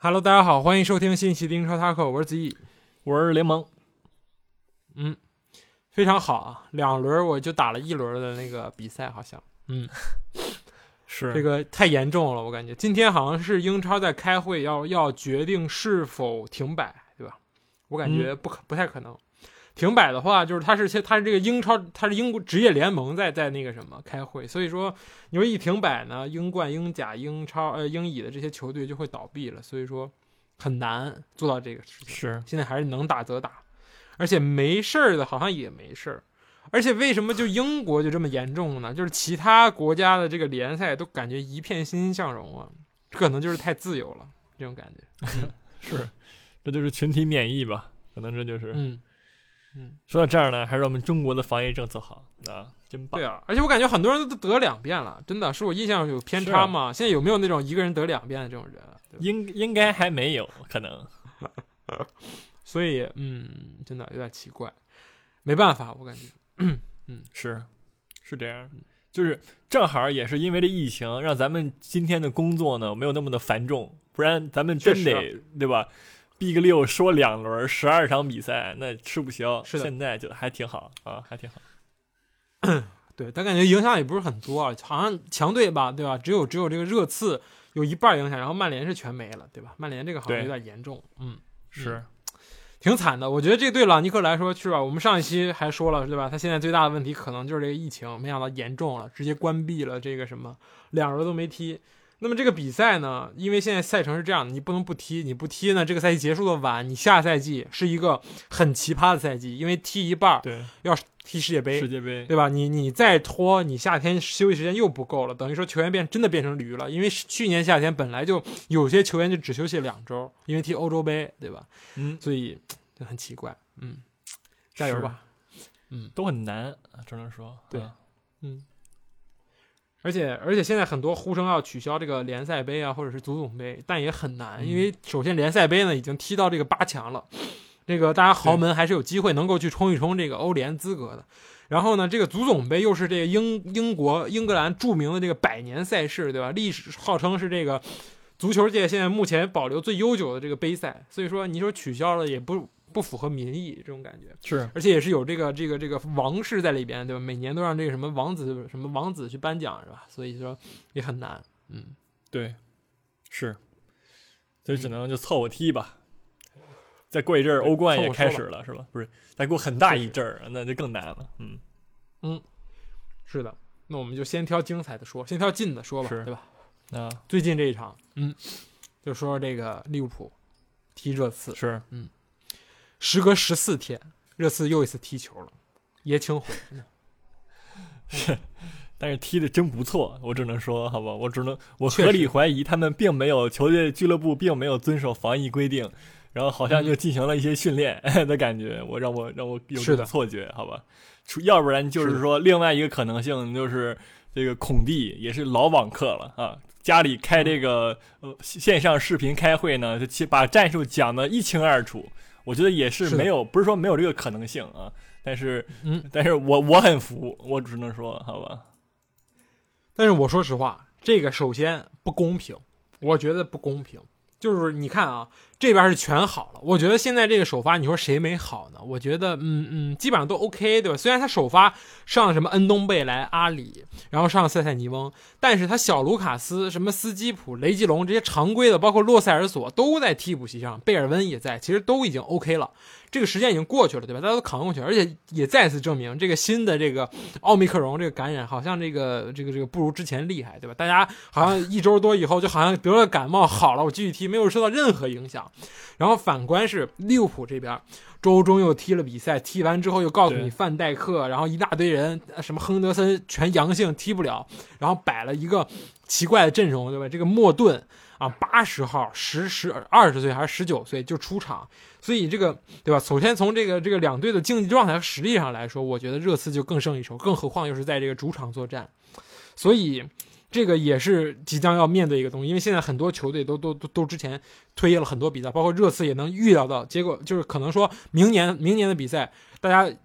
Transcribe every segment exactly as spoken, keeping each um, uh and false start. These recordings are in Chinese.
Hello， 大家好，欢迎收听新一期的英超 Taco， 我是子毅， 我是联盟。 嗯，非常好啊，两轮我就打了一轮的那个比赛，好像，嗯， 是这个太严重了，我感觉今天好像是英超在开会要要决定是否停摆，对吧？我感觉不可、嗯、不太可能。停摆的话，就是他是他是这个英超，他是英国职业联盟在在那个什么开会，所以说你说一停摆呢，英冠、英甲、英超、呃英乙的这些球队就会倒闭了，所以说很难做到这个事情。 是， 现在还是能打则打，而且没事儿的好像也没事儿。而且为什么就英国就这么严重呢？就是其他国家的这个联赛都感觉一片欣欣向荣啊，可能就是太自由了这种感觉。 是，这就是群体免疫吧？可能这就是。 嗯。嗯， 说到这儿呢，还是我们中国的防疫政策好啊，真棒。 对啊，而且我感觉很多人都得两遍了，真的是我印象有偏差吗？现在有没有那种一个人得两遍的这种人？ 应应该还没有，可能。 所以，嗯，真的有点奇怪，没办法，我感觉，嗯嗯， 是是这样，就是正好也是因为这疫情，让咱们今天的工作呢没有那么的繁重，不然咱们真得对吧？B 个六说两轮十二场比赛，那吃不消。 是的， 现在就还挺好啊，还挺好。 对，但感觉影响也不是很多啊，好像强队吧，对吧？只有只有这个热刺有一半影响，然后曼联是全没了，对吧？曼联这个好像有点严重，嗯， 是， 挺惨的。我觉得这对朗尼克来说是吧？我们上一期还说了，对吧？他现在最大的问题可能就是这个疫情，没想到严重了，直接关闭了这个什么，两轮都没踢。那么这个比赛呢，因为现在赛程是这样的，你不能不踢，你不踢呢，这个赛季结束的晚，你下赛季是一个很奇葩的赛季，因为踢一半对要踢世界杯， 世界杯对吧？你你再拖，你夏天休息时间又不够了，等于说球员变真的变成驴了，因为去年夏天本来就有些球员就只休息两周，因为踢欧洲杯，对吧？ 嗯， 所以就很奇怪，嗯，加油吧，嗯， 都很难，只能说对，嗯。而且而且现在很多呼声要取消这个联赛杯啊，或者是足总杯，但也很难，因为首先联赛杯呢已经踢到这个八强了，这个大家豪门还是有机会能够去冲一冲这个欧联资格的。然后呢，这个足总杯又是这个英英国英格兰著名的这个百年赛事，对吧？历史号称是这个足球界现在目前保留最悠久的这个杯赛，所以说你说取消了也不。不符合民意这种感觉是， 而且也是有这个这个这个王室在里边，对吧？每年都让这个什么王子什么王子去颁奖，是吧？所以说也很难，嗯， 对，是，所以只能就凑合踢吧。再过一阵儿，欧冠也开始了，是吧？不是，再过很大一阵儿，那就更难了。嗯嗯，是的。那我们就先挑精彩的说，先挑近的说吧，对吧？ 啊， 最近这一场，嗯，就说这个利物浦踢热刺， 是， 嗯。时隔十四天，热刺又一次踢球了，爷青回。 是，但是踢的真不错，我只能说，好吧，我只能我合理怀疑他们并没有球队俱乐部并没有遵守防疫规定，然后好像就进行了一些训练的感觉，我让我让我有这种错觉，好吧，要不然就是说另外一个可能性就是这个孔蒂也是老网课了啊。家里开这个呃线上视频开会呢，就把战术讲得一清二楚。我觉得也是没有，不是说没有这个可能性啊，但是， 嗯， 但是我我很服，我只能说，好吧。 但是我说实话，这个首先不公平，我觉得不公平。就是你看啊，这边是全好了，我觉得现在这个首发，你说谁没好呢？我觉得，嗯嗯，基本上都 OK， 对吧？虽然他首发上了什么恩东贝莱、阿里，然后上了塞塞尼翁，但是他小卢卡斯、什么斯基普、雷吉隆这些常规的，包括洛塞尔索都在替补席上，贝尔温也在，其实都已经 OK 了。这个时间已经过去了，对吧？大家都扛过去了，而且也再次证明这个新的这个奥密克戎这个感染，好像这个这个这个不如之前厉害，对吧？大家好像一周多以后就好像得了感冒好了，我继续踢，没有受到任何影响。然后反观是利物浦这边，周中又踢了比赛，踢完之后又告诉你范戴克，然后一大堆人，什么亨德森全阳性踢不了，然后摆了一个奇怪的阵容，对吧？这个莫顿啊，八十号，十十二十岁还是十九岁就出场，所以这个对吧？首先从这个这个两队的竞技状态和实力上来说，我觉得热刺就更胜一筹，更何况又是在这个主场作战，所以这个也是即将要面对一个东西，因为现在很多球队都都都都之前推了很多比赛，包括热刺也能预料到，结果就是可能说明年明年的比赛，大家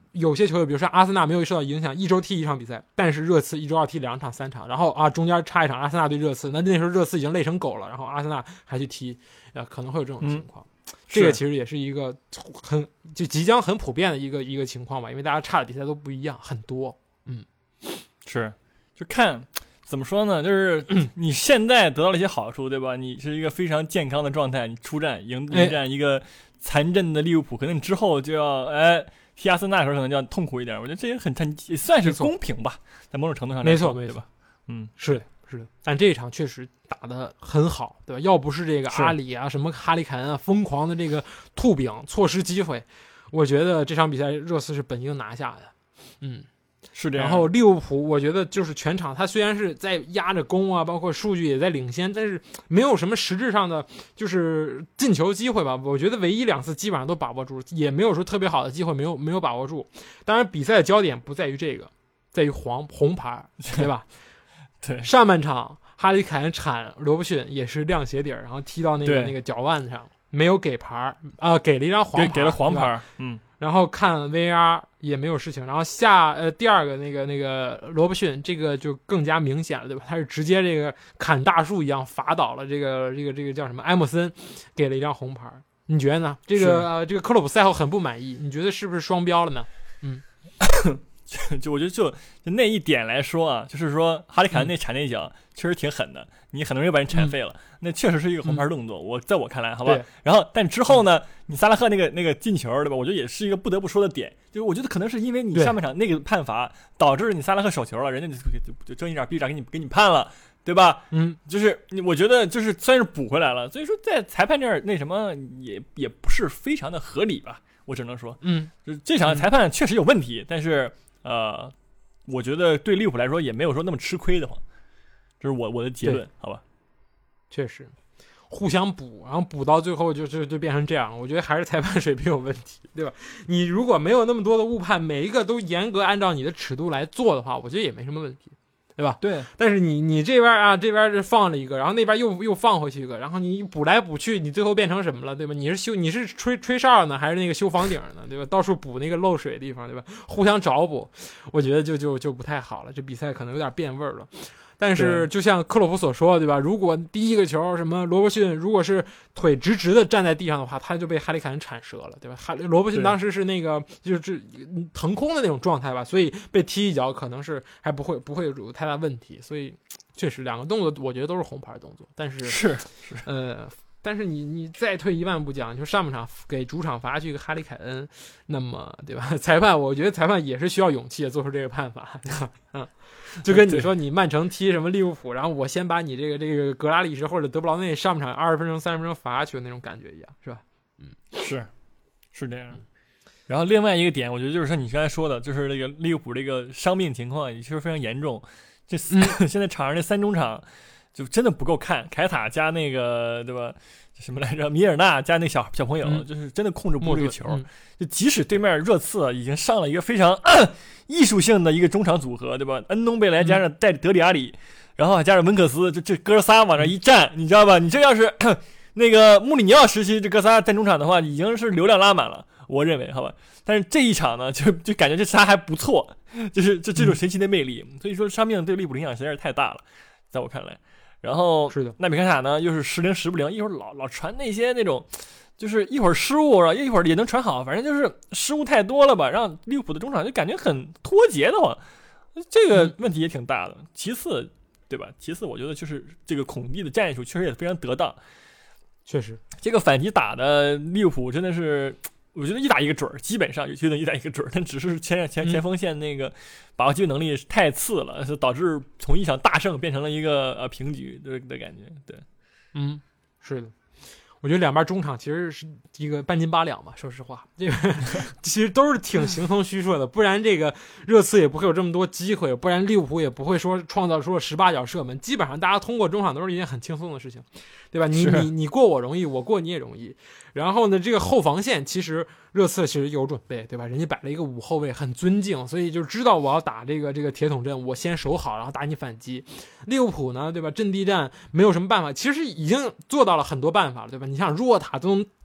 有些球队，比如说阿森纳没有受到影响，一周踢一场比赛，但是热刺一周要踢两场、三场，然后啊中间差一场阿森纳对热刺，那那时候热刺已经累成狗了，然后阿森纳还去踢，呃，可能会有这种情况。嗯、这个其实也是一个很就即将很普遍的一个一个情况吧，因为大家差的比赛都不一样，很多。嗯， 是，就看。怎么说呢？就是你现在得到了一些好处，对吧？你是一个非常健康的状态，你出战迎迎战一个残阵的利物浦，可能你之后就要哎踢阿森纳的时候可能就要痛苦一点。我觉得这也很也算是公平吧，在某种程度上来说， 没错，没错， 嗯， 是的，是的。但这一场确实打得很好，对吧？要不是这个阿里啊、什么哈里凯恩啊疯狂的这个吐饼，错失机会，我觉得这场比赛热刺是本应拿下的。嗯。 是这样。 然后利物浦，我觉得就是全场，他虽然是在压着攻啊，包括数据也在领先，但是没有什么实质上的就是进球机会吧。我觉得唯一两次基本上都把握住，也没有说特别好的机会，没有没有把握住。当然，比赛的焦点不在于这个，在于黄红牌，对吧？ 对， 上半场哈里凯恩铲罗伯逊也是亮鞋底儿，然后踢到那个那个脚腕子上，没有给牌啊、呃，给了一张黄牌， 给了黄牌，嗯。 然后看 V R 也没有事情，然后下呃第二个那个那个罗伯逊这个就更加明显了，对吧？他是直接这个砍大树一样罚倒了这个这个这个叫什么埃默森，给了一张红牌。你觉得呢？这个呃这个克洛普赛后很不满意，你觉得是不是双标了呢？嗯， 就我觉得就就那一点来说啊，就是说哈里凯恩那铲那脚、嗯、确实挺狠的，你很容易把人铲废了、嗯，那确实是一个红牌动作。嗯、我在我看来，好吧。然后但之后呢，你萨拉赫那个那个进球，对吧？我觉得也是一个不得不说的点，就是我觉得可能是因为你上半场那个判罚导致你萨拉赫手球了，人家就就就睁一眨闭一眨给你给你判了。对吧？ 嗯， 就是你，我觉得就是算是补回来了，所以说在裁判这儿那什么也也不是非常的合理吧，我只能说， 嗯， 就是这场裁判确实有问题，嗯、但是呃，我觉得对利物浦来说也没有说那么吃亏的慌，这是我我的结论，好吧？ 确实，互相补，然后补到最后就就就变成这样，我觉得还是裁判水平有问题，对吧？你如果没有那么多的误判，每一个都严格按照你的尺度来做的话，我觉得也没什么问题。对吧？ 对， 但是你你这边啊，这边是放了一个，然后那边又又放回去一个，然后你补来补去，你最后变成什么了？对吧？你是修你是吹吹哨呢，还是那个修房顶呢？对吧？到处补那个漏水的地方，对吧？互相找补，我觉得就就就不太好了，这比赛可能有点变味了。但是就像克洛普所说，对吧？如果第一个球什么罗伯逊如果是腿直直的站在地上的话，他就被哈里凯恩铲折了，对吧？哈罗伯逊当时是那个就是腾空的那种状态吧，所以被踢一脚可能是还不会不会有太大问题。所以确实两个动作我觉得都是红牌动作，但是是是呃。但是你你再退一万步讲，就上半场给主场罚去一个哈里凯恩，那么对吧？裁判我觉得裁判也是需要勇气的做出这个判罚，对吧？嗯，就跟你说你曼城踢什么利物浦，然后我先把你这个这个格拉利什或者德布劳内上半场二十分钟三十分钟罚下去的那种感觉一样，是吧？嗯， 是是这样。然后另外一个点，我觉得就是像你刚才说的，就是这个利物浦这个伤病情况也确实非常严重。这、嗯、现在场上这三中场。就真的不够看，凯塔加那个对吧？什么来着？米尔纳加那小小朋友、嗯，就是真的控制不住这个球。 嗯、 就即使对面热刺已经上了一个非常、呃、艺术性的一个中场组合，对吧？恩东贝莱加上带德里阿里，嗯、然后加上文克斯，就这哥仨往那一站，你知道吧？你这要是那个穆里尼奥时期这哥仨站中场的话，已经是流量拉满了，我认为，好吧？但是这一场呢，就就感觉这仨还不错，就是这这种神奇的魅力。嗯、所以说伤病对利物浦影响实在是太大了，在我看来。然后是的， 纳比凯塔呢又是时灵时不灵，一会儿老老传那些那种，就是一会儿失误，然后一会儿也能传好，反正就是失误太多了吧，让利物浦的中场就感觉很脱节的慌，这个问题也挺大的。其次，对吧？其次，我觉得就是这个孔蒂的战术确实也非常得当， 确实这个反击打的利物浦真的是。我觉得一打一个准儿，基本上有些能一打一个准儿，但只是前前前锋线那个把握机会能力太次了，是导致从一场大胜变成了一个呃平局的的感觉。对， 嗯，是的，我觉得两边中场其实是一个半斤八两吧，说实话，这个其实都是挺形同虚设的，不然这个热刺也不会有这么多机会，不然利物浦也不会说创造出了十八脚射门，基本上大家通过中场都是一件很轻松的事情，对吧？你你你过我容易，我过你也容易。然后呢，这个后防线其实热刺其实有准备，对吧？人家摆了一个五后卫，很尊敬，所以就知道我要打这个这个铁桶阵，我先守好，然后打你反击。利物浦呢，对吧？阵地战没有什么办法，其实已经做到了很多办法了，对吧？你像若塔都能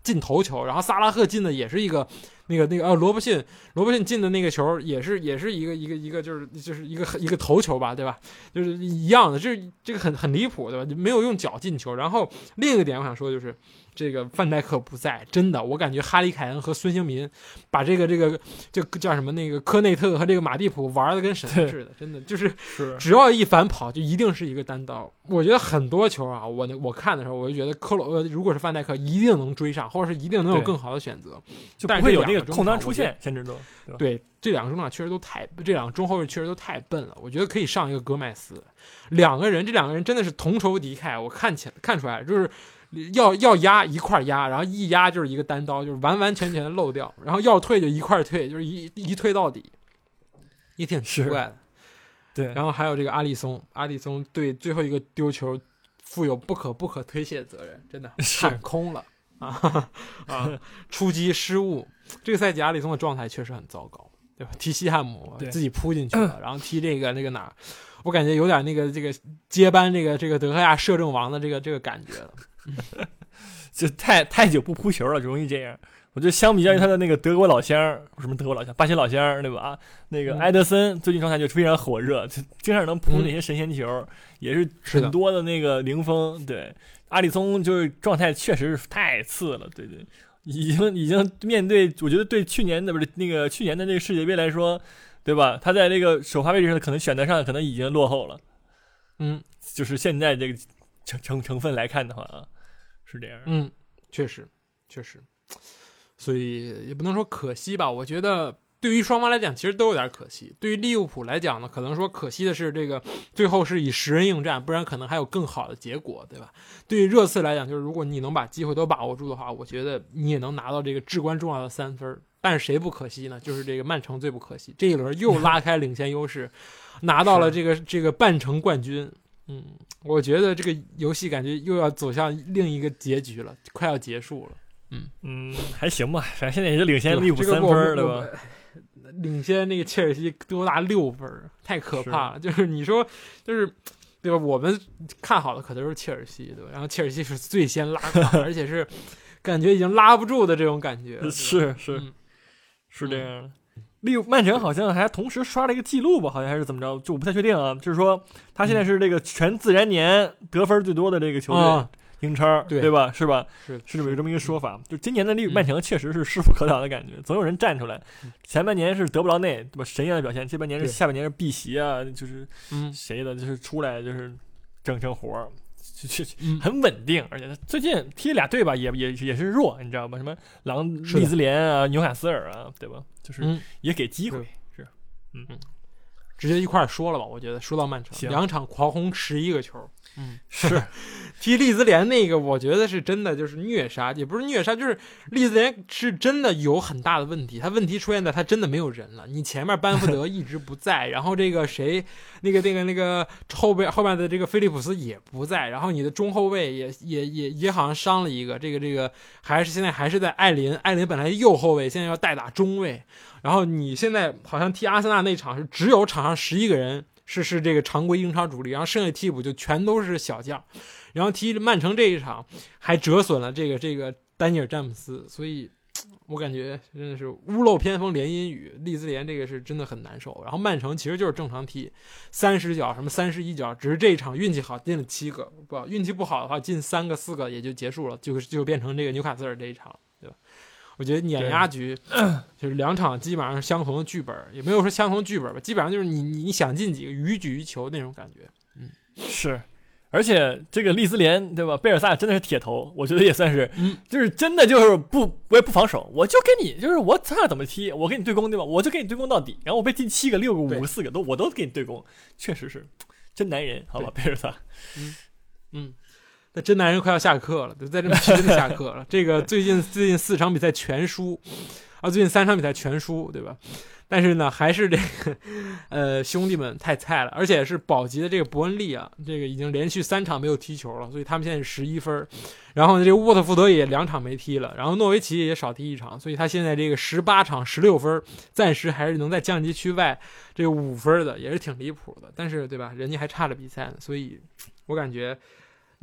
进头球，然后萨拉赫进的也是一个那个那个呃罗伯逊罗伯逊进的那个球也是也是一个一个一个就是就是一个一个头球吧，对吧？就是一样的，这这个很很离谱，对吧？没有用脚进球。然后另一个点我想说的就是这个范戴克不在，真的我感觉哈里凯恩和孙兴民把这个这个这个叫什么那个科内特和这个马蒂普玩的跟神似的，真的就是只要一反跑就一定是一个单刀。我觉得很多球啊，我我看的时候我就觉得科罗呃如果是范戴克一定能追上，或者是一定能有更好的选择， 就不会有那个空当出现，甚至都对, 对这两个中场确实都太这两个中后卫确实都太笨了，我觉得可以上一个戈麦斯。两个人这两个人真的是同仇敌忾，我看起来看出来就是要要压一块压，然后一压就是一个单刀，就是完完全全的漏掉，然后要退就一块退，就是一一退到底，也挺奇怪的。 对， 然后还有这个阿里松，阿里松对最后一个丢球负有不可不可推卸的责任，真的看空了啊啊！出击失误，这个赛季阿里松的状态确实很糟糕，对吧？踢西汉姆自己扑进去了，然后踢这个那个哪儿，我感觉有点那个这个接班这个这个德赫亚摄政王的这个这个感觉了。 就太太久不扑球了，容易这样。我觉得相比较于他的那个德国老乡，什么德国老乡，巴西老乡，对吧？那个埃德森最近状态就非常火热，就经常能扑那些神仙球，嗯、也是很多的那个零封。对，阿里松就是状态确实是太次了，对对，已经已经面对，我觉得对去年的不是那个去年的那个世界杯来说，对吧？他在这个首发位置上可能选择上可能已经落后了。 嗯， 就是现在这个成成成分来看的话啊。是这样， 嗯，确实，确实，所以也不能说可惜吧。我觉得对于双方来讲，其实都有点可惜。对于利物浦来讲呢，可能说可惜的是这个最后是以十人应战，不然可能还有更好的结果，对吧？对于热刺来讲，就是如果你能把机会都把握住的话，我觉得你也能拿到这个至关重要的三分。但是谁不可惜呢？就是这个曼城最不可惜，这一轮又拉开领先优势，拿到了这个这个半程冠军。嗯，我觉得这个游戏感觉又要走向另一个结局了，快要结束了。嗯嗯，还行吧，反正现在也是领先利物浦三分，对吧？ 领先那个切尔西多达六分，太可怕了。是就是你说，就是对吧？我们看好的可都是切尔西，对吧？然后切尔西是最先拉垮，而且是感觉已经拉不住的这种感觉。 是是、嗯、是这样的。利物曼城好像还同时刷了一个记录吧，好像还是怎么着，就我不太确定啊。就是说，他现在是这个全自然年得分最多的这个球队，嗯、英超， 对对吧？是吧？ 是是有这么一个说法。就今年的利曼城确实是势不可挡的感觉，嗯、总有人站出来。前半年是德布劳内，对吧？神一样的表现，这半年是下半年是碧玺啊，就是谁的，就是出来就是整整活儿。就很稳定，而且他最近踢俩队吧，也也也是弱，你知道吗？什么狼利兹联啊、纽卡斯尔啊，对吧？就是也给机会， 嗯、 是，嗯嗯， 直接一块说了吧。我觉得说到曼城，两场狂轰十一个球， 嗯，是踢利兹联那个，我觉得是真的就是虐杀，也不是虐杀，就是利兹联是真的有很大的问题。他问题出现在他真的没有人了，你前面班福德一直不在，然后这个谁，那个那个那个后边后面的这个菲利普斯也不在，然后你的中后卫也也也也好像伤了一个，这个这个还是现在还是在艾林，艾林本来右后卫，现在要代打中卫，然后你现在好像踢阿森纳那场是只有场上十一个人。是是这个常规英超主力，然后剩下替补就全都是小将，然后踢曼城这一场还折损了这个这个丹尼尔詹姆斯，所以我感觉真的是屋漏偏逢连阴雨，利兹联这个是真的很难受。然后曼城其实就是正常踢，三十脚什么三十一脚，只是这一场运气好进了七个，不运气不好的话进三个四个也就结束了，就就变成这个纽卡斯尔这一场，对吧？我觉得碾压局就是两场基本上是相同的剧本，也没有说相同剧本吧，基本上就是你你想进几个予取予求那种感觉。嗯， 是，而且这个利兹联对吧？贝尔萨真的是铁头，我觉得也算是， 嗯， 就是真的就是不我也不防守，我就跟你就是我看怎么踢，我跟你对攻对吧？我就跟你对攻到底，然后我被进七个、六个、五个、四个都我都给你对攻，确实是真男人，好吧，贝尔萨， 嗯嗯。那真男人快要下课了，再这么真的下课了。这个最近最近四场比赛全输，啊，最近三场比赛全输，对吧？但是呢，还是这个呃兄弟们太菜了，而且是保级的这个伯恩利啊，这个已经连续三场没有踢球了，所以他们现在是十一分。然后呢，这个沃特福德也两场没踢了，然后诺维奇也少踢一场，所以他现在这个十八场十六分，暂时还是能在降级区外这个五分的，也是挺离谱的。但是对吧，人家还差着比赛呢，所以我感觉。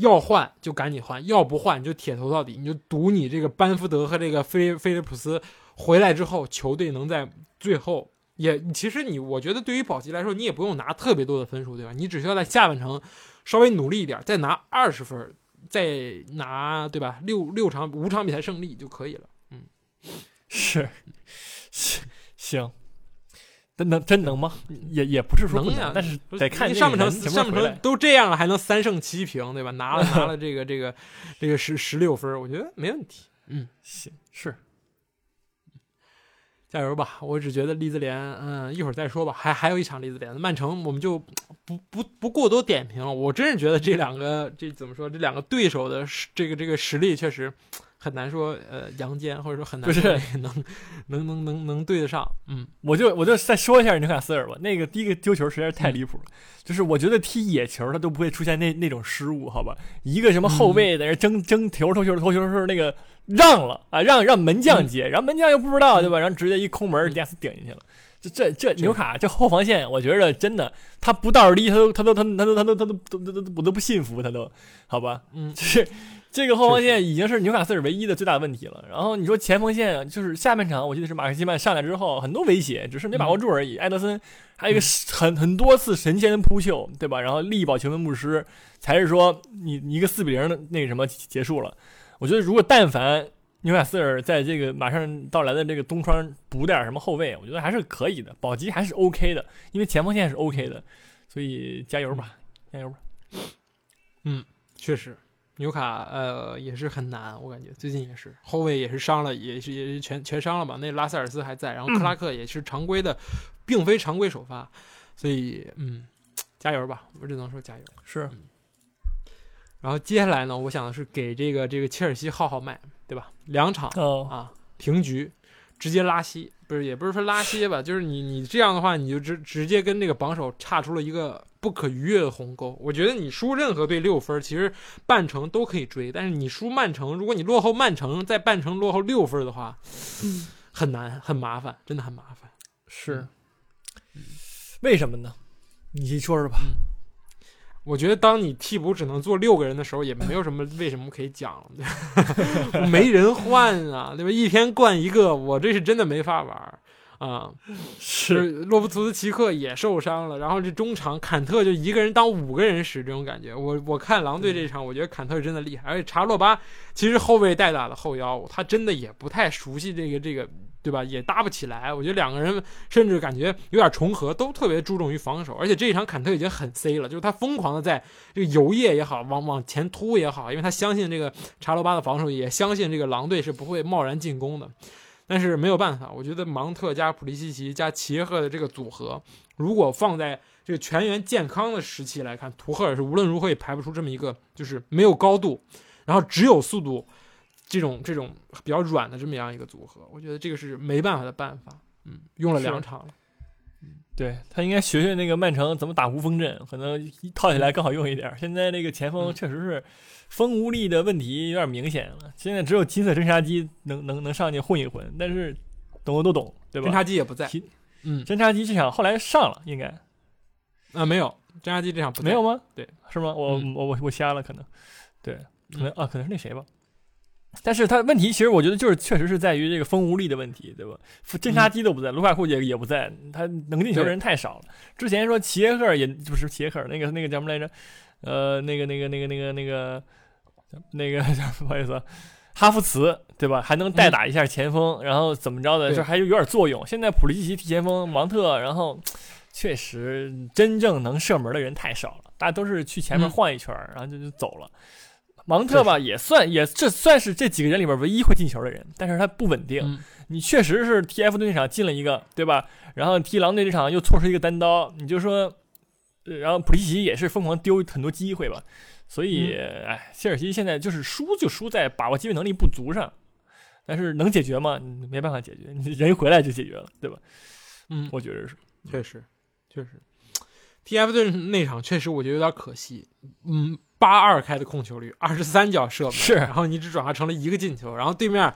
要换就赶紧换，要不换你就铁头到底，你就赌你这个班福德和这个菲菲利普斯回来之后，球队能在最后也，其实你我觉得对于保级来说，你也不用拿特别多的分数，对吧？你只需要在下半程稍微努力一点，再拿二十分，再拿对吧？六六场五场比赛胜利就可以了。嗯， 是，是行。真能真能吗？也也不是说不能， 能但是得看上半程什么上半程都这样了，还能三胜七平，对吧？拿了拿了这个这个这个十十六分，我觉得没问题。嗯， 行，是， 加油吧！我只觉得利兹联，嗯，一会儿再说吧。还还有一场利兹联，曼城我们就不不不过多点评了。我真是觉得这两个这怎么说？这两个对手的这个这个实力确实很难说呃扬肩，或者说很难说能能能能能对得上。嗯， 我就我就再说一下纽卡斯尔吧。那个第一个丢球实在是太离谱了，嗯、就是我觉得踢野球他都不会出现那那种失误，好吧？一个什么后卫在那争、嗯、争球投球投球的时候那个让了啊，让让门将接，嗯、然后门将又不知道对吧？然后直接一空门，迪亚斯顶进去了。这这这纽卡这后防线，我觉得真的，他不到低，他都他都他他都他都他都都都都我都不信服他都，好吧？嗯，就是这个后防线已经是纽卡斯尔唯一的最大的问题了。然后你说前锋线，就是下半场我记得是马克西曼上来之后很多威胁，只是没把握住而已。嗯、埃德森还有一个很很多次神仙的扑救，对吧？然后力保球门不失，才是说你你一个四比零的那个什么结束了。我觉得如果但凡纽卡斯尔在这个马上到来的这个冬窗补点什么后卫，我觉得还是可以的，保级还是 OK 的，因为前锋线是 OK 的，所以加油吧，加油吧。 嗯，确实，纽卡呃也是很难，我感觉最近也是后卫也是伤了，也是也是全全伤了吧？那拉塞尔斯还在，然后克拉克也是常规的，嗯、并非常规首发，所以嗯，加油吧，我只能说加油。 是。 嗯、然后接下来呢，我想的是给这个这个切尔西号号脉。对吧？两场、 oh. 啊，平局，直接拉稀，不是也不是说拉稀吧，就是你你这样的话，你就直直接跟那个榜首差出了一个不可逾越的鸿沟。我觉得你输任何队六分，其实半程都可以追，但是你输曼城，如果你落后曼城，在半程落后六分的话，嗯、很难，很麻烦，真的很麻烦。 是，嗯、为什么呢？你先说说吧。 嗯我觉得当你替补只能做六个人的时候，也没有什么为什么可以讲了，没人换啊，对吧？一天灌一个，我这是真的没法玩啊。是洛夫图斯奇克也受伤了，然后这中场坎特就一个人当五个人使，这种感觉。我我看狼队这场，我觉得坎特真的厉害，而且查洛巴其实后卫代打的后腰，他真的也不太熟悉这个这个。对吧？也搭不起来，我觉得两个人甚至感觉有点重合，都特别注重于防守。而且这一场坎特已经很 C 了，就是他疯狂的在这个游曳也好，往往前突也好，因为他相信这个查罗巴的防守，也相信这个狼队是不会贸然进攻的。但是没有办法，我觉得芒特加普利西奇加齐耶赫的这个组合，如果放在这个全员健康的时期来看，图赫尔是无论如何也排不出这么一个就是没有高度，然后只有速度。这种这种比较软的这么样一个组合，我觉得这个是没办法的办法。嗯，用了两场了。 嗯，对他应该学学那个曼城怎么打无锋阵，可能套起来更好用一点。嗯、现在那个前锋确实是锋无力的问题有点明显了。现在只有金色侦察机能能能上去混一混，但是懂的都懂，对吧？ 侦察机也不在。 嗯，侦察机这场后来上了，应该啊没有，侦察机这场不在没有吗？ 对， 是吗？我、 嗯、 我我我瞎了，可能对，可能、嗯、啊，可能是那谁吧。但是他问题其实我觉得就是确实是在于这个锋无力的问题，对吧？侦察机都不在，嗯、卢卡库也也不在，他能进球的人太少了。之前说齐耶赫也不是齐耶赫，那个那个叫什么来着？呃，那个那个那个那个那个那个不好意思，哈弗茨对吧？还能代打一下前锋，嗯、然后怎么着的，就还有点作用。现在普利西奇踢前锋，芒特，然后确实真正能射门的人太少了，大家都是去前面晃一圈，嗯、然后就就走了。芒特吧也算也这算是这几个人里边唯一会进球的人，但是他不稳定。嗯、你确实是踢埃弗顿那场进了一个，对吧？然后踢狼队这场又错失一个单刀，你就说，然后普利西奇也是疯狂丢很多机会吧。所以，嗯、哎，切尔西现在就是输就输在把握机会能力不足上，但是能解决吗？没办法解决，你人回来就解决了，对吧？ 嗯， 我觉得是， 确实，确实，踢埃弗顿那场确实我觉得有点可惜，嗯。八二开的控球率，二十三脚射门， 是， 然后你只转化成了一个进球，然后对面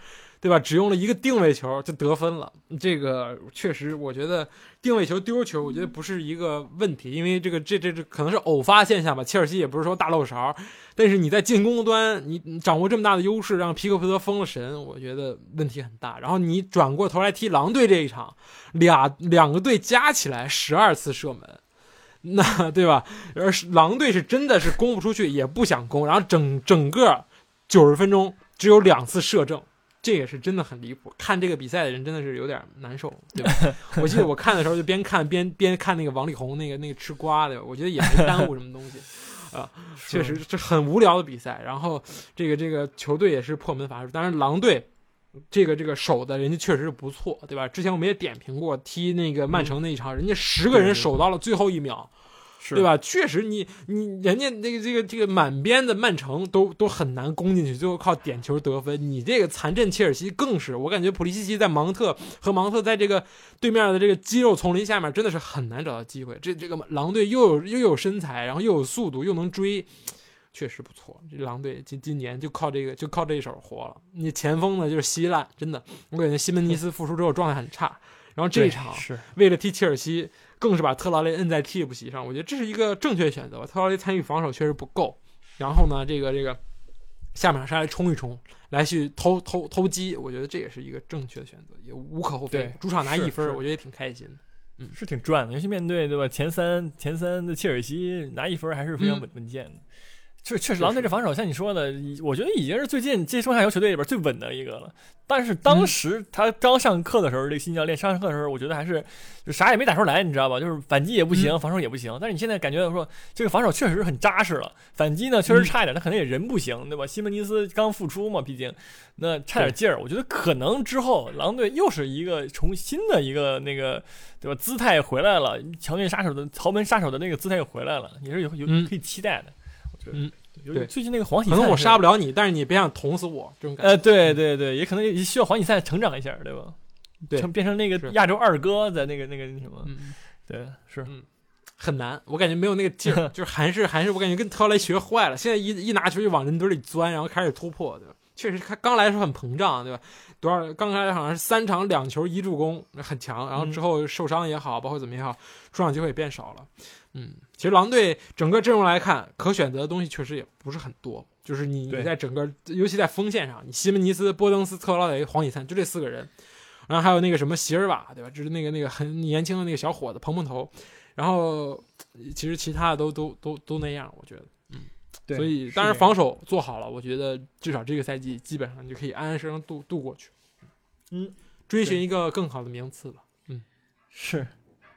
对吧？只用了一个定位球就得分了，这个确实我觉得定位球丢球，我觉得不是一个问题，因为这个这这这可能是偶发现象吧。切尔西也不是说大漏勺，但是你在进攻端你你掌握这么大的优势，让皮克福德封了神，我觉得问题很大。然后你转过头来踢狼队这一场，俩两个队加起来十二次射门。那对吧？而狼队是真的是攻不出去，也不想攻，然后整整个九十分钟只有两次射正，这也是真的很离谱。看这个比赛的人真的是有点难受，对吧？我记得我看的时候就边看边边看那个王力宏那个那个吃瓜的，我觉得也没耽误什么东西啊，确实这很无聊的比赛。然后这个这个球队也是破门乏术，当然狼队。这个这个守的人家确实是不错，对吧？之前我们也点评过踢那个曼城那一场，嗯、人家十个人守到了最后一秒，对吧？确实你，你你人家那个这个这个满编的曼城都都很难攻进去，最后靠点球得分。你这个残阵切尔西更是，我感觉普利西奇在芒特和芒特在这个对面的这个肌肉丛林下面真的是很难找到机会。这这个狼队又有又有身材，然后又有速度，又能追。确实不错，这狼队今今年就靠这个就靠这一手活了。你前锋呢就是稀烂，真的，我感觉西门尼斯复出之后状态很差。然后这一场是为了踢切尔西，更是把特劳雷摁在替补席上。我觉得这是一个正确选择。特劳雷参与防守确实不够，然后呢，这个这个下半场上来冲一冲，来去偷偷偷鸡，我觉得这也是一个正确的选择，也无可厚非。主场拿一分，我觉得也挺开心的。嗯， 是挺赚的，尤其面对对吧前三前三的切尔西拿一分还是非常稳、嗯、稳健的。确确实，狼队这防守像你说的，我觉得已经是最近这些中下游球队里边最稳的一个了。但是当时他刚上课的时候，这个新教练上课的时候，我觉得还是就啥也没打出来，你知道吧？就是反击也不行，防守也不行。但是你现在感觉到说，这个防守确实很扎实了，反击呢确实差一点，他可能也人不行，对吧？西门尼斯刚复出嘛，毕竟那差点劲儿。我觉得可能之后狼队又是一个重新的一个那个，对吧？姿态回来了，强劲杀手的豪门杀手的那个姿态又回来了，也是有有可以期待的。 嗯， 对，最近那个黄喜可能我杀不了你，但是你别想捅死我，这种感觉。 呃，对对对，也可能也需要黄喜赛成长一下，对吧？ 对， 成变成那个亚洲二哥在那个那个什么， 嗯， 对，是， 嗯，很难，我感觉没有那个劲儿，就是还是还是我感觉跟特雷学坏了，现在一一拿球就往人堆里钻，然后开始突破，对吧？确实，他刚来的时候很膨胀，对吧？多少刚开始好像是三场两球一助攻，很强，然后之后受伤也好，包括怎么也好，出场机会也变少了。嗯，其实狼队整个阵容来看，可选择的东西确实也不是很多。就是你你在整个，尤其在锋线上，你西门尼斯、波登斯、特劳雷、黄以灿，就这四个人，然后还有那个什么席尔瓦，对吧？就是那个那个很年轻的那个小伙子，蓬蓬头。然后其实其他的都都都都那样，我觉得，嗯， 对。 所以当然防守做好了，我觉得至少这个赛季基本上就可以安安生生度度过去。 嗯， 追寻一个更好的名次吧。嗯， 是。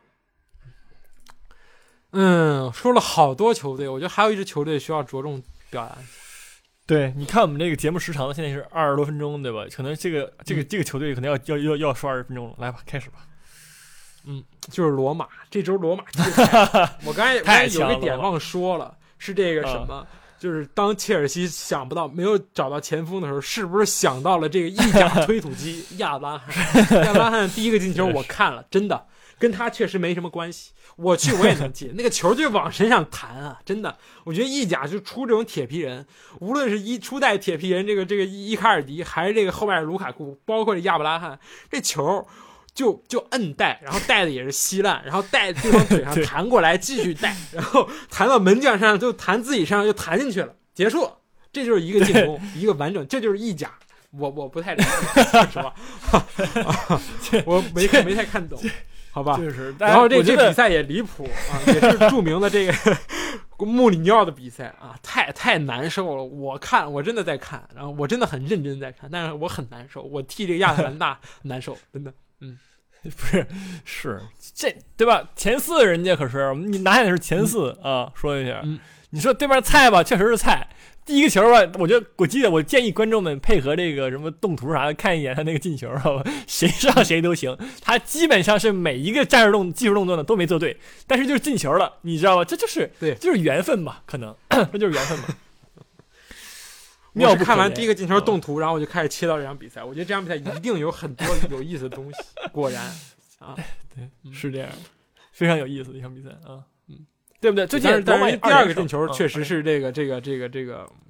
嗯，说了好多球队，我觉得还有一支球队需要着重表扬。 对，你看我们这个节目时长现在是二十多分钟，对吧？可能这个这个、嗯、这个球队可能要要要要说二十分钟了。来吧，开始吧。 嗯，就是罗马，这周罗马我刚才我刚才有个点忘说了，是这个什么？啊、就是当切尔西想不到没有找到前锋的时候，是不是想到了这个意甲推土机亚拉罕？亚拉罕第一个进球我看了，真的跟他确实没什么关系。我去我也能进，那个球就往身上弹啊！真的，我觉得意甲就出这种铁皮人，无论是一初代铁皮人这个这个伊卡尔迪，还是这个后面卢卡库，包括这亚布拉罕，这球就就摁带，然后带的也是稀烂，然后带对方腿上弹过来，继续带，然后弹到门将身上，就弹自己身上，就弹进去了，结束。这就是一个进攻，一个完整，这就是意甲。我我不太理解，说实话，我没没太看懂。好吧， 就是， 然后这这比赛也离谱啊，也是著名的这个穆里尼奥的比赛啊，太太难受了。我看我真的在看，然后我真的很认真在看，但是我很难受，我替这个亚特兰大难受，真的，嗯， 不是，是这对吧？前四人家可是你拿下的是前四、嗯、啊，说一下， 嗯， 你说对面菜吧，确实是菜。第一个球吧，我觉得我记得我建议观众们配合这个什么动图啥的看一眼他那个进球，好吧，谁上谁都行。他基本上是每一个战术动技术动作呢都没做对，但是就是进球了，你知道吧？这就是对， 就是缘分吧，可能这就是缘分吧。 妙不看完第一个进球动图，然后我就开始切到这场比赛。我觉得这场比赛一定有很多有意思的东西。果然啊， 对，是这样，非常有意思的一场比赛啊。对不对？最近但是第二个进球确实是这个、这个、这个、这个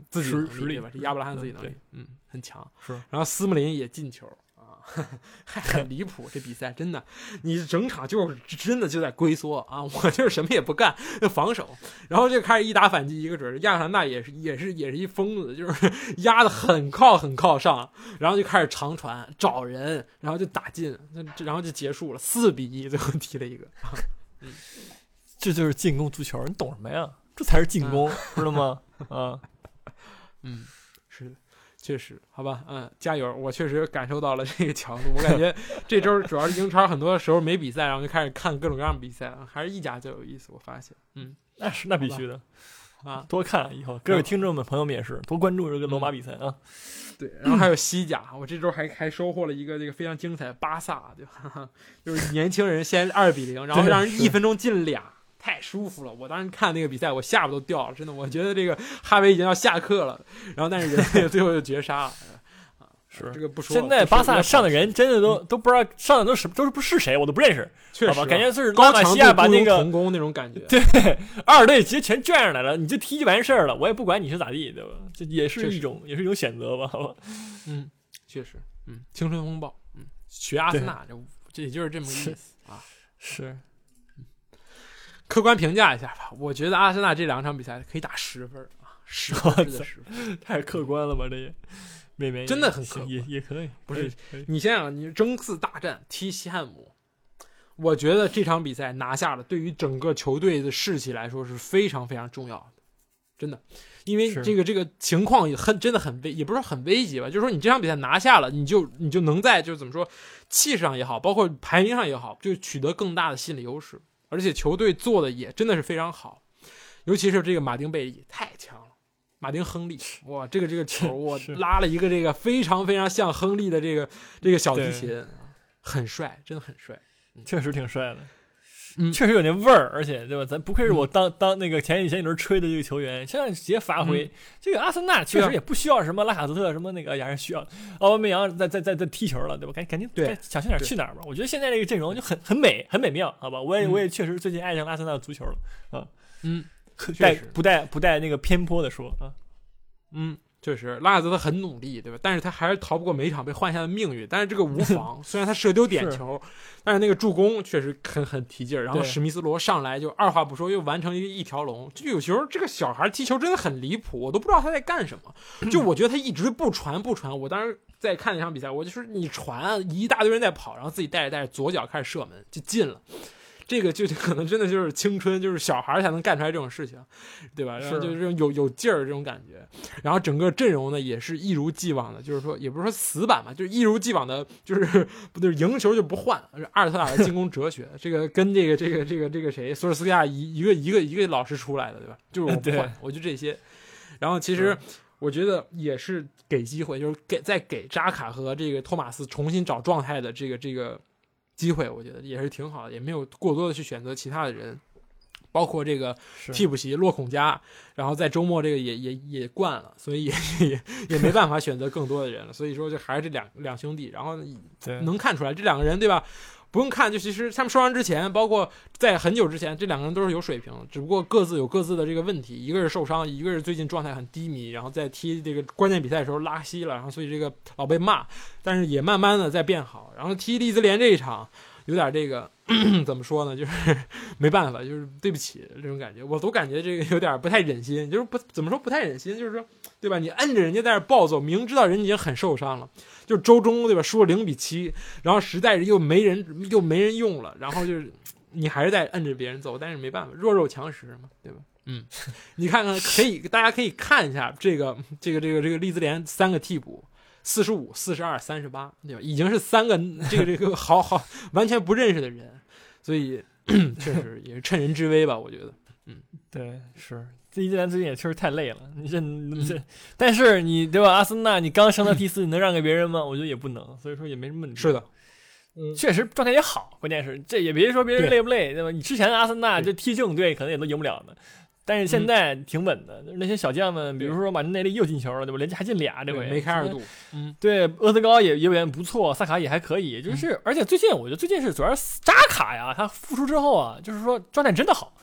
自己能力实力对吧？这亚布拉罕自己能力，嗯，很强。 是， 然后斯莫林也进球啊，还很离谱。这比赛真的，你整场就是真的就在龟缩啊，我就是什么也不干，就防守，然后就开始一打反击一个准。亚特兰大也是也是也是一疯子，就是压的很靠很靠上，然后就开始长传找人，然后就打进，然后就结束了，四比一，最后踢了一个。啊嗯， 这就是进攻足球，你懂什么呀？这才是进攻，知道吗？啊， 嗯，是的，确实，好吧，嗯，加油！我确实感受到了这个强度。我感觉这周主要是英超很多时候没比赛，然后就开始看各种各样的比赛了，还是意甲最有意思。我发现，嗯， 那是那必须的啊， 多看以后，各位听众们、朋友们也是多关注这个罗马比赛啊。 对，然后还有西甲，我这周还还收获了一个这个非常精彩的巴萨，对吧？就是年轻人先二比零，然后让人一分钟进俩。太舒服了！我当时看那个比赛，我下巴都掉了，真的。我觉得这个哈维已经要下课了，然后但是人家最后就绝杀了。啊， 是这个不说。 现在巴萨上的人真的都、嗯、都不知道上的都是都是不是谁，我都不认识。 确实、啊， 好吧，感觉是拉玛西亚把那个同工那种感觉。 对，二队直接全转上来了，你就踢就完事儿了，我也不管你是咋地，对吧？这也是一种也是一种选择吧，好吧？ 嗯，确实，嗯，青春风暴，嗯，学阿森纳，这这也就是这么个意思啊， 是。 客观评价一下吧，我觉得阿森纳这两场比赛可以打十分啊，十分的十分， 太客观了吧？这也没没真的很客观， 也也可以。 不是你想想，你争四大战踢西汉姆，我觉得这场比赛拿下了，对于整个球队的士气来说是非常非常重要的，真的，因为这个这个情况也很真的很危，也不是很危急吧，就是说你这场比赛拿下了，你就你就能在就是怎么说气势上也好，包括排名上也好，就取得更大的心理优势。而且球队做的也真的是非常好，尤其是这个马丁贝利太强了，马丁亨利，哇，这个这个球我拉了一个这个非常非常像亨利的这个这个小提琴，很帅，真的很帅， 确实挺帅的， 嗯， 确实有那味儿，而且对吧？咱不愧是我当、嗯、当那个前几前几轮吹的这个球员，现在直接发挥。嗯、这个阿森纳确实也不需要什么拉卡泽特什么那个，也是需要奥巴梅扬在在在在踢球了，对吧？赶赶紧对，想去哪儿去哪儿吧。我觉得现在这个阵容就很很美，很美妙，好吧？我也、嗯、我也确实最近爱上阿森纳的足球了啊。 嗯， 带不带不带那个偏颇的说啊， 嗯。确实，拉卡泽特很努力，对吧？但是他还是逃不过每场被换下的命运。但是这个无妨，虽然他射丢点球，但是那个助攻确实很很提劲儿。然后史密斯罗上来就二话不说，又完成一个一条龙。就有时候这个小孩踢球真的很离谱，我都不知道他在干什么。就我觉得他一直不传不传。我当时在看那场比赛，我就说你传，一大堆人在跑，然后自己带着带着左脚开始射门就进了。这个就可能真的就是青春，就是小孩才能干出来这种事情，对吧？然后就是这种有有劲儿这种感觉。然后整个阵容呢也是一如既往的，就是说也不是说死板嘛，就是一如既往的，就是不对，赢球就不换。阿尔特塔的进攻哲学，这个跟这个这个这个这个谁索尔斯克亚一一个一个一个老师出来的，对吧？就是我不换，我就这些。然后其实我觉得也是给机会，就是给再给扎卡和这个托马斯重新找状态的这个这个。机会我觉得也是挺好的，也没有过多的去选择其他的人，包括这个替补席洛孔加，然后在周末这个也也也惯了，所以也也也没办法选择更多的人了。所以说就还是这两两兄弟，然后能看出来这两个人对吧？不用看，就其实他们受伤之前，包括在很久之前，这两个人都是有水平，只不过各自有各自的这个问题，一个是受伤，一个是最近状态很低迷，然后在踢这个关键比赛的时候拉稀了，然后所以这个老被骂，但是也慢慢的在变好。然后踢利兹联这一场，有点这个怎么说呢，就是没办法，就是对不起这种感觉，我都感觉这个有点不太忍心，就是不怎么说不太忍心，就是说对吧？你摁着人家在那暴走，明知道人已经很受伤了。就是周中对吧，输了零比七，然后实在是又没人又没人用了，然后就是你还是在摁着别人走，但是没办法，弱肉强食嘛，对吧？嗯，你看看，可以大家可以看一下这个这个这个这个利兹联三个替补，四十五、四十二、三十八，对吧？已经是三个这个这个好好完全不认识的人，所以确实也是趁人之危吧，我觉得。嗯， 对，是。利兹联最近也确实太累了，你这这、嗯，但是你对吧？阿森纳你刚升到第四，你能让给别人吗？我觉得也不能，所以说也没什么问题。 是的， 嗯，确实状态也好，关键是这也别说别人累不累，对吧？你之前阿森纳就踢正队可能也都赢不了呢，但是现在挺稳的。嗯、那些小将们，比如说马丁内利又进球了，对吧？人家还进俩这回， 梅开二度。 嗯，对，厄德高也也有点不错，萨卡也还可以，就是、嗯、而且最近我觉得最近是主要是扎卡呀，他复出之后啊，就是说状态真的好。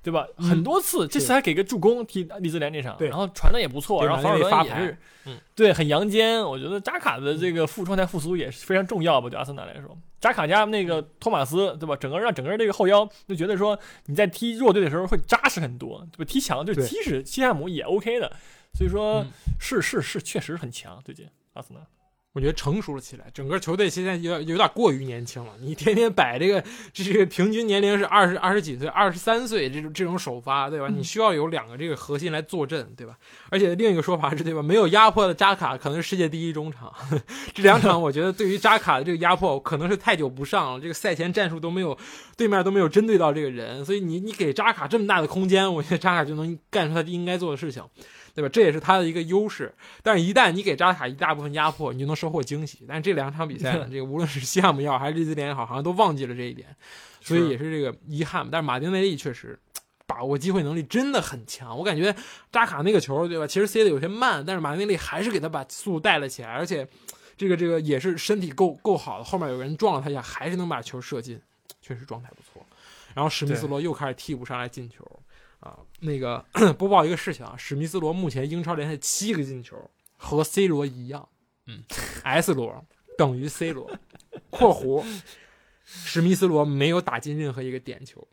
对吧？ 嗯、 很多次，这次还给个助攻踢利兹联这场， 对， 然后传的也不错，然后防守端也是， 嗯， 对，很阳间。我觉得扎卡的这个复状态复苏也是非常重要吧，对阿森纳来说，扎卡加那个托马斯，对吧？整个让整个这个后腰就觉得说你在踢弱队的时候会扎实很多，对吧？踢强就踢是西汉姆也 OK 的，所以说、嗯、是是是确实很强，最近阿森纳。 我觉得成熟了起来，整个球队现在有点有点过于年轻了。你天天摆这个，这个平均年龄是二十二十几岁、二十三岁这种这种首发，对吧？你需要有两个这个核心来坐镇，对吧？而且另一个说法是，对吧？没有压迫的扎卡可能是世界第一中场。这两场我觉得对于扎卡的这个压迫可能是太久不上了，这个赛前战术都没有，对面都没有针对到这个人，所以你你给扎卡这么大的空间，我觉得扎卡就能干出他应该做的事情。对吧？这也是他的一个优势，但是一旦你给扎卡一大部分压迫，你就能收获惊喜。但是这两场比赛呢，这个无论是西汉姆也好，还是利兹联也好，好像都忘记了这一点，所以也是这个遗憾。但是马丁内利确实把握机会能力真的很强，我感觉扎卡那个球，对吧？其实塞的有些慢，但是马丁内利还是给他把速度带了起来，而且这个这个也是身体够够好的，后面有人撞了他一下，还是能把球射进，确实状态不错。然后史密斯罗又开始替补上来进球。啊，那个播报一个事情啊，史密斯罗目前英超联赛七个进球，和 C 罗一样，嗯 ，S 罗等于 C 罗，括弧，史密斯罗没有打进任何一个点球，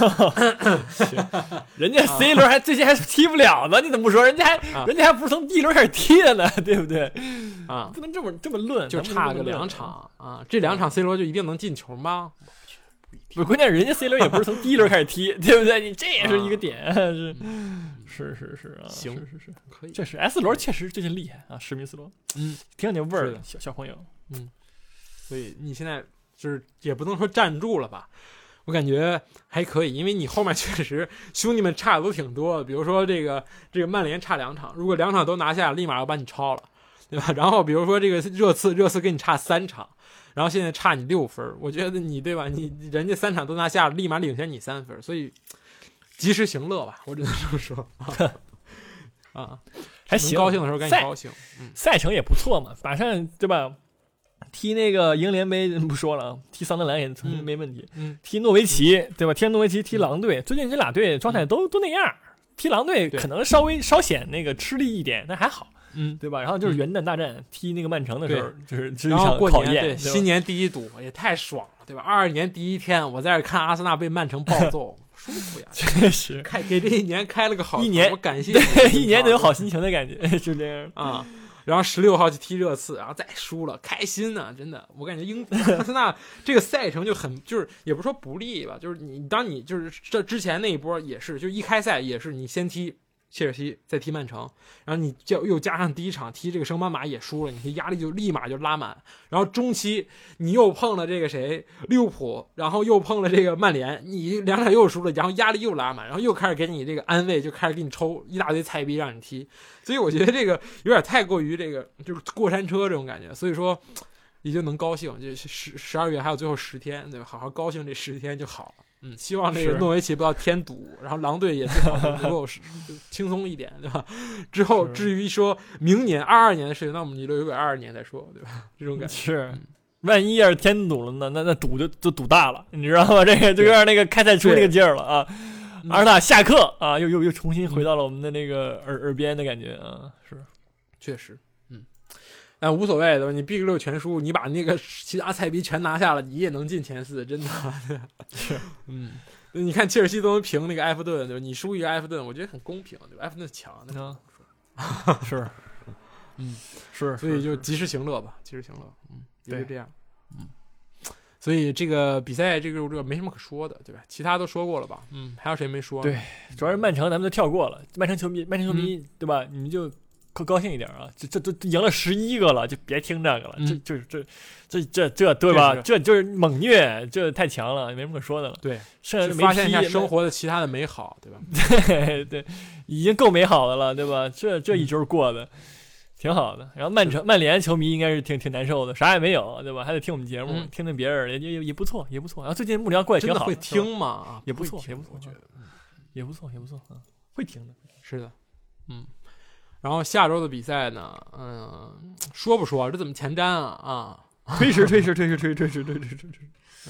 人家 C 轮还最近还踢不了呢，你怎么不说？人家还、啊、人家还不是从第一轮开始踢的呢，对不对？ 啊， 不能这么这么论， 就差个两场啊，这两场 C 罗就一定能进球吗？ 不，关键人家 C 轮也不是从第一轮开始踢，对不对？你这也是一个点，啊、是是是是啊， 行， 是是是， 可以。 确实 S 轮确实最近厉害啊，史密斯罗， 嗯， 挺有味儿的小小朋友， 嗯，所以你现在就是也不能说站住了吧，我感觉还可以，因为你后面确实兄弟们差的都挺多的，比如说这个这个曼联差两场，如果两场都拿下，立马要把你超了，对吧？然后比如说这个热刺，热刺跟你差三场。然后现在差你六分，我觉得你对吧？你人家三场都拿下了，立马领先你三分，所以及时行乐吧，我只能这么说啊， 还行， 高兴的时候赶紧高兴。 嗯，赛程也不错嘛，马上对吧？踢那个英联杯不说了，踢桑德兰也曾经没问题。 嗯， 踢诺维奇对吧？踢诺维奇，踢狼队，最近这俩队状态都、嗯、都那样。踢狼队可能稍微稍显那个吃力一点，但还好。嗯，对吧？然后就是元旦大战、嗯、踢那个曼城的时候，就是是一场考验。 对，新年第一赌也太爽了，对吧？二二年第一天，我在这看阿森纳被曼城暴揍，舒服呀！ 确实， 开给这一年开了个好一年， 我感谢对，一年都有好心情的感觉，就这样啊。然后十六号去踢热刺，然后再输了，开心啊！真的，我感觉英阿森纳这个赛程就很，就是也不是说不利吧，就是你当你就是这之前那一波也是，就一开赛也是你先踢切尔西，再踢曼城，然后你就又加上第一场踢这个升班马也输了，你压力就立马就拉满。然后中期你又碰了这个谁利物浦，然后又碰了这个曼联，你两场又输了，然后压力又拉满，然后又开始给你这个安慰，就开始给你抽一大堆菜逼让你踢。所以我觉得这个有点太过于这个就是过山车这种感觉，所以说也就能高兴，就十十二月还有最后十天，对吧？好好高兴这十天就好了。嗯，希望这个诺维奇不要添堵，然后狼队也最好能够轻松一点，对吧？之后至于说明年二二年的事情，那我们就留给二二年再说，对吧？这种感觉是，万一要是添堵了呢，那那赌就就赌大了，你知道吗？这个就有点那个开赛初那个劲儿了啊！阿尔塔下课啊，又又又重新回到了我们的那个耳耳边的感觉啊，是， 确实。但无所谓的，你 Big 六全输，你把那个其他菜逼全拿下了，你也能进前四，真的。 是， 嗯，你看切尔西都能平那个埃弗顿，对吧？你输一个埃弗顿，我觉得很公平，对吧？埃弗顿强，那啊，是，嗯，是， 所以就及时行乐吧，及时行乐，嗯，也就这样，嗯。所以这个比赛这个这个没什么可说的，对吧？其他都说过了吧？嗯，还有谁没说？ 对，主要是曼城咱们都跳过了，曼城球迷，曼城球迷，嗯、对吧？你们就。可高兴一点啊！这这都赢了十一个了，就别听这个了。嗯、这这这这这这对吧？这就是猛虐，这太强了，没什么可说的了。 对， 剩下发现一下生活的其他的美好，对吧？ 对对，已经够美好的了，对吧？这这一周过的、嗯、挺好的。然后曼城、曼联球迷应该是挺挺难受的，啥也没有，对吧？还得听我们节目，嗯、听听别人也也也不错，也不错。然后最近幕僚过也挺好， 会听吗？ 也不错，也不错，我觉得也不错，也不错啊，会听的。 是的，嗯。然后下周的比赛呢，嗯，说不说这怎么前瞻啊？啊， 推迟，推迟，推迟，推迟，推迟，推迟，推迟， 嗯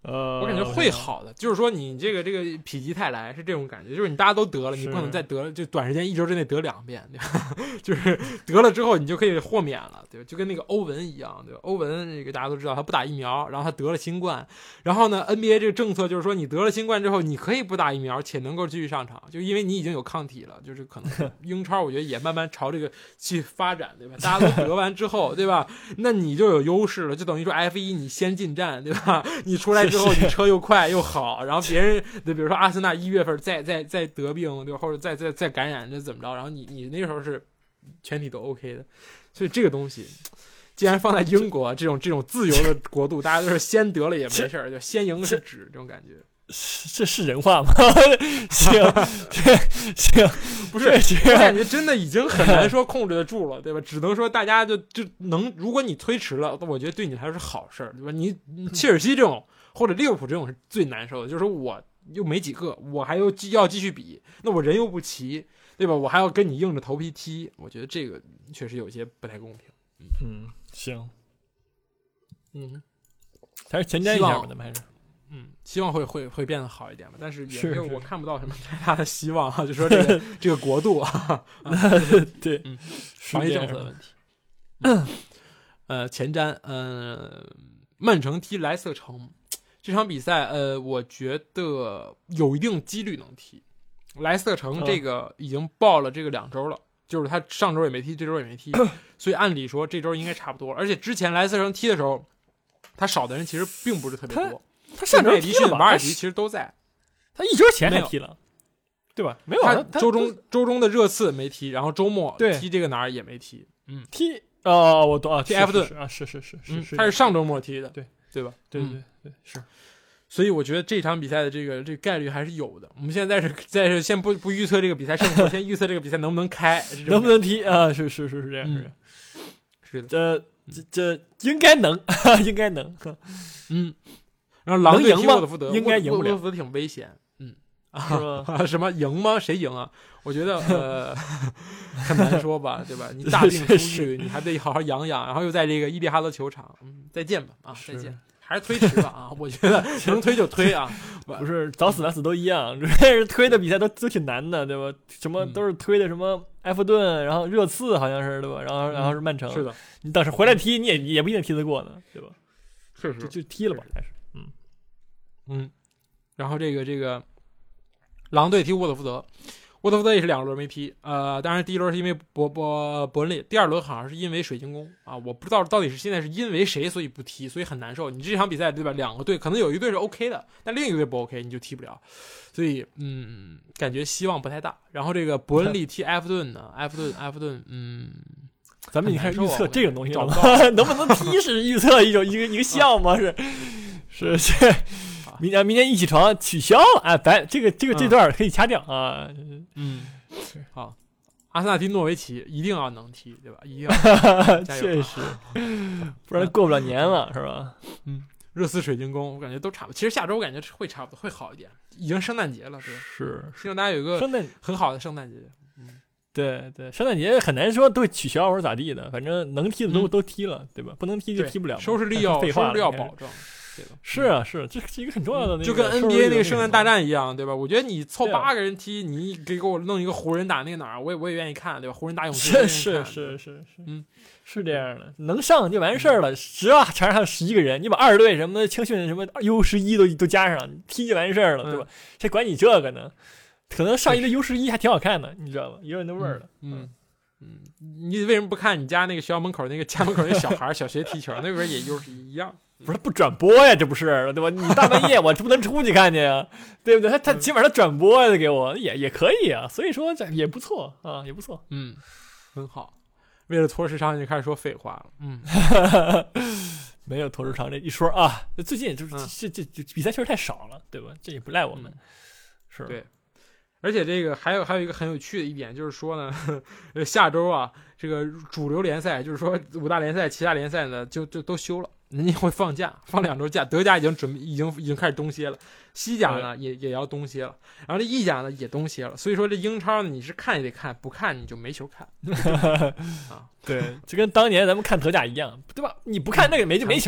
呃， 我感觉会好的，就是说你这个这个否极泰来是这种感觉，就是你大家都得了，你不可能再得，就短时间一周之内得两遍，对吧？就是得了之后你就可以豁免了，对吧？就跟那个欧文一样，对吧？欧文这个大家都知道，他不打疫苗，然后他得了新冠，然后呢 N B A 这个政策就是说你得了新冠之后，你可以不打疫苗且能够继续上场，就因为你已经有抗体了，就是可能英超我觉得也慢慢朝这个去发展，对吧？大家都得完之后，对吧？那你就有优势了，就等于说 F 一 你先进站，对吧？你出来之后你车又快又好，然后别人对，比如说阿森纳一月份再再再得病，对吧？或者再再再感染，这怎么着？然后你你那时候是全体都 OK 的，所以这个东西既然放在英国这种这种自由的国度，大家都是先得了也没事儿，就先赢是指这种感觉。 这是人话吗？行，行， 不是，我感觉真的已经很难说控制得住了，对吧？只能说大家就就能，如果你推迟了，我觉得对你来说是好事儿，对吧？你切尔西这种或者利物浦这种是最难受的，就是说我又没几个，我还又要继续比，那我人又不齐，对吧？我还要跟你硬着头皮踢，我觉得这个确实有些不太公平。 嗯嗯，行， 嗯， 还是前瞻一下吧，咱们还是。 嗯，希望会会会变得好一点吧，但是也是没有我看不到什么太大的希望啊，就说这个这个国度啊，啊对， 嗯，防疫政策的问题。嗯、呃，前瞻，呃，曼城踢莱斯特城这场比赛，呃，我觉得有一定几率能踢。莱斯特城这个已经报了这个两周了，就是他上周也没踢，这周也没踢，所以按理说这周应该差不多。而且之前莱斯特城踢的时候，他少的人其实并不是特别多。 他上周踢了吧？马尔迪其实都在， 他一周前才踢了，对吧？没有， 他周中周中的热刺没踢，然后周末踢这个哪儿也没踢。嗯， 踢哦，我懂啊， 踢埃弗顿啊，是是是是是， 他是上周末踢的， 对对吧？ 对对对，是。 所以我觉得这场比赛的这个这个概率还是有的。我们现在是在是先不不预测这个比赛胜负，先预测这个比赛能不能开， 能不能踢啊？是是是是这样，是是的， 这这这应该能，应该能， 嗯。然后狼队踢沃特福德， 应该赢不了。 沃特福德挺危险，嗯啊，什么赢吗？谁赢啊？我觉得呃很难说吧，对吧？你大病初愈，你还得好好养养，然后又在这个伊蒂哈德球场，嗯，再见吧啊，再见，还是推迟吧啊！我觉得能推就推啊， 不是早死晚死都一样，这是推的比赛都都挺难的，对吧？什么都是推的什么埃弗顿，然后热刺好像是对吧？然后然后是曼城， 是的， 你等是回来踢，你也也不一定踢得过呢，对吧？ 是是， 就就踢了吧，还是。 嗯，然后这个这个狼队踢沃特福德，沃特福德也是两轮没踢，呃，当然第一轮是因为伯伯伯恩利，第二轮好像是因为水晶宫啊，我不知道到底是现在是因为谁所以不踢，所以很难受。你这场比赛对吧？两个队可能有一队是 OK 的，但另一个队不 OK，你就踢不了，所以嗯，感觉希望不太大。然后这个伯恩利踢埃弗顿呢，埃弗顿埃弗顿，嗯。 咱们已经开始预测这种东西了吗？能不能踢是预测一种一个一个项吗？是是是，明年明年一起床取消了，哎，咱这个这个这段可以掐掉啊。 嗯，好，阿森纳踢诺维奇一定要能踢，对吧？一定要， 确实，不然过不了年了，是吧？ 嗯，热刺水晶宫，我感觉都差不多。其实下周我感觉会差不多，会好一点。已经圣诞节了，是是， 希望大家有一个很好的圣诞节。嗯。 对对，圣诞节很难说都取消或者咋地的，反正能踢的都、嗯、都踢了，对吧？不能踢就踢不了。 收视率要收视率要保证，对吧？ 是啊，是，这是一个很重要的那个。 就跟 N B A 那个圣诞大战一样，对吧？我觉得你凑八个人踢，你给给我弄一个湖人打那个哪儿，我也我也愿意看，对吧？湖人打勇士， 是是是是是，嗯，是这样的，能上就完事儿了。只要场上还有十一个人，你把二队什么的青训什么 U 十一都都加上，踢就完事儿了，对吧？谁管你这个呢？可能上一个 U 十一还挺好看的，你知道吧？有点那味儿了。 嗯嗯，你为什么不看你家那个学校门口那个家门口那小孩小学踢球？那边也 U 十一一样。 不是不转播呀，这不是对吧？你大半夜我这不能出去看去呀，对不对？他他起码他转播呀，给我也也可以啊。所以说这也不错啊，也不错。 嗯，很好。为了拖时长，你就开始说废话了。嗯， 没有拖时长这一说啊。最近就是、嗯、这这这比赛确实太少了，对吧？这也不赖我们，嗯、是对。而且这个还有还有一个很有趣的一点，就是说呢，呵呵下周啊，这个主流联赛，就是说五大联赛、其他联赛呢，就就都休了，人家会放假，放两周假。德甲已经准备，已经已经开始冬歇了，西甲呢也也要冬歇了，然后这意甲呢也冬歇了。所以说这英超呢，你是看也得看，不看你就没球看啊。对，就跟当年咱们看德甲一样，对吧？你不看那个没就没球看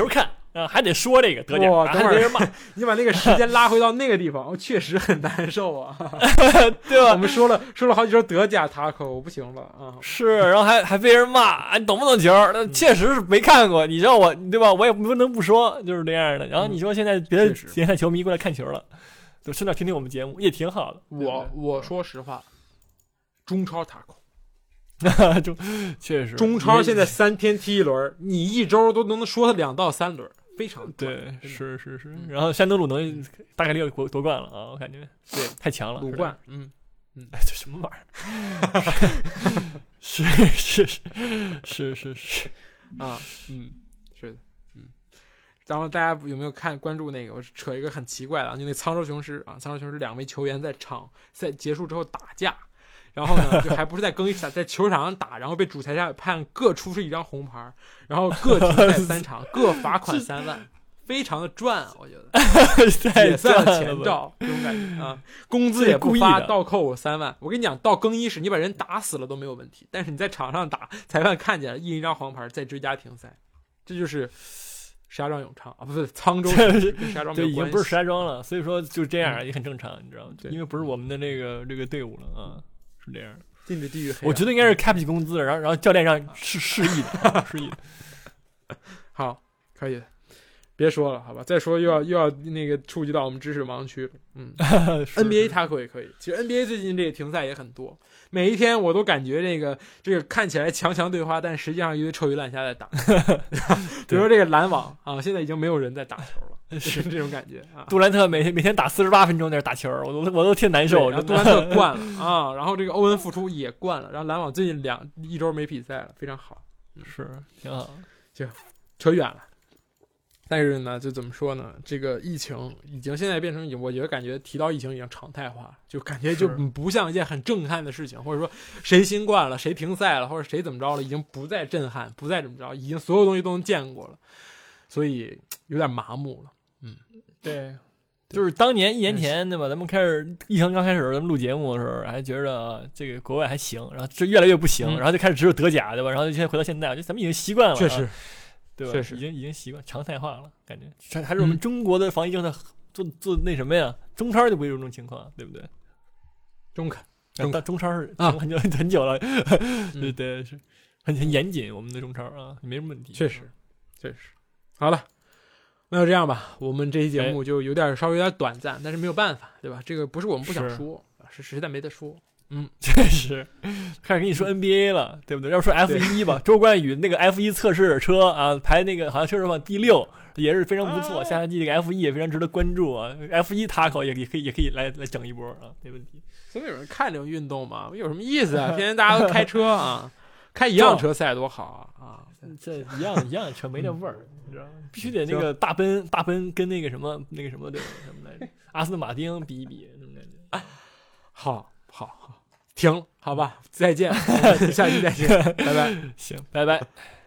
啊，还得说这个德甲， 哇，等会儿还得人骂， 你把那个时间拉回到那个地方，我确实很难受啊， 对吧？ 我们说了说了好几周德甲塔口，我不行了啊。 是，然后还还被人骂，你懂不懂球？那确实是没看过，你知道我对吧？我也不能不说，就是这样的。然后你说现在别的联赛球迷过来看球了，就顺便听听我们节目也挺好的。 我我说实话，中超塔口。 中确实， 中超现在三天踢一轮，你一周都能说两到三轮，非常对，是是是。然后山东鲁能大概率夺夺冠了啊，我感觉对，太强了， 鲁冠，嗯嗯，哎，这什么玩意儿？是是是是是是啊，嗯，是的，嗯。然后大家有没有看关注那个？我扯一个很奇怪的，就那沧州雄狮啊，沧州雄狮两位球员在场在结束之后打架。然后呢，就还不是在更衣室，在球场上打，然后被主裁判各出示一张红牌，然后各停赛三场，各罚款三万，非常的赚，我觉得也算前兆，这种感觉啊。工资也不发，倒扣我三万。我跟你讲，到更衣室你把人打死了都没有问题，但是你在场上打，裁判看见了，印一张黄牌，再追加停赛，这就是石家庄永昌啊，不是沧州，跟石家庄没有关系， 对，已经不是石家庄了，所以说就这样也很正常，你知道吗？因为不是我们的这个这个队伍了啊。是这样， 进的地狱黑。 我觉得应该是开不起工资，然后然后教练让示示意的，示意的。 好，可以的，别说了，好吧？再说又要又要那个触及到我们知识盲区了。嗯，N B A 塔口也可以。其实 N B A 最近这个停赛也很多，每一天我都感觉这个这个看起来强强对话，但实际上一堆臭鱼烂虾在打。比如说这个篮网啊，现在已经没有人在打球了。是这种感觉啊！ 杜兰特每天每天打四十八分钟在这打球，我都我都挺难受。 然后杜兰特惯了啊，然后这个欧文复出也惯了，然后篮网最近两一周没比赛了，非常好， 是挺好。 就扯远了，但是呢，就怎么说呢？这个疫情已经现在变成，我觉得感觉提到疫情已经常态化了，就感觉就不像一件很震撼的事情，或者说谁新冠了，谁停赛了，或者谁怎么着了，已经不再震撼，不再怎么着，已经所有东西都能见过了，所以有点麻木了。嗯， 对，就是当年一年前对吧？咱们开始疫情刚开始，咱们录节目的时候还觉得、啊、这个国外还行，然后这越来越不行，嗯、然后就开始只有德甲对吧？然后现在回到现在，就咱们已经习惯了， 确实， 啊、对吧？ 确实， 已经已经习惯常态化了，感觉还是我们中国的防疫政策做做那什么呀？中超就不会有这种情况，对不对？ 中肯， 中中超是很久、啊、很久了，对对是很很严谨，我们的中超啊，没什么问题。 确实，确实，好了。那就这样吧，我们这期节目就有点稍微有点短暂，但是没有办法，对吧？这个不是我们不想说，是实在没得说。嗯， 确实，开始跟你说 N B A 了，对不对？要不说 F 一 吧，周冠宇那个 F 一 测试车啊，排那个好像车手榜第六，也是非常不错。下赛季这个 F 一 也非常值得关注啊 ，F 一 塔口也也可以也可以来来整一波啊，没问题。 总有人看这种运动嘛，有什么意思啊？天天大家都开车啊，开一样车赛多好啊！啊， 这一样一样的车没那味儿。你知道吗？必须得那个大奔大奔跟那个什么那个什么的什么来着？阿斯顿马丁比一比那种感觉。 啊、好，好，好，停了，好吧，再见，下期再见，拜拜， 行，拜拜。